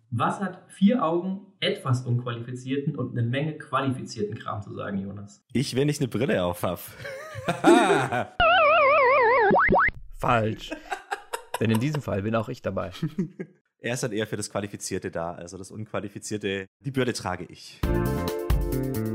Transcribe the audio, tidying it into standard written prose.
Was hat 4 Augen, etwas unqualifizierten und eine Menge qualifizierten Kram zu sagen, Jonas? Ich, wenn ich eine Brille auf habe. Falsch. Denn in diesem Fall bin auch ich dabei. Er ist dann eher für das Qualifizierte da, also das Unqualifizierte. Die Bürde trage ich.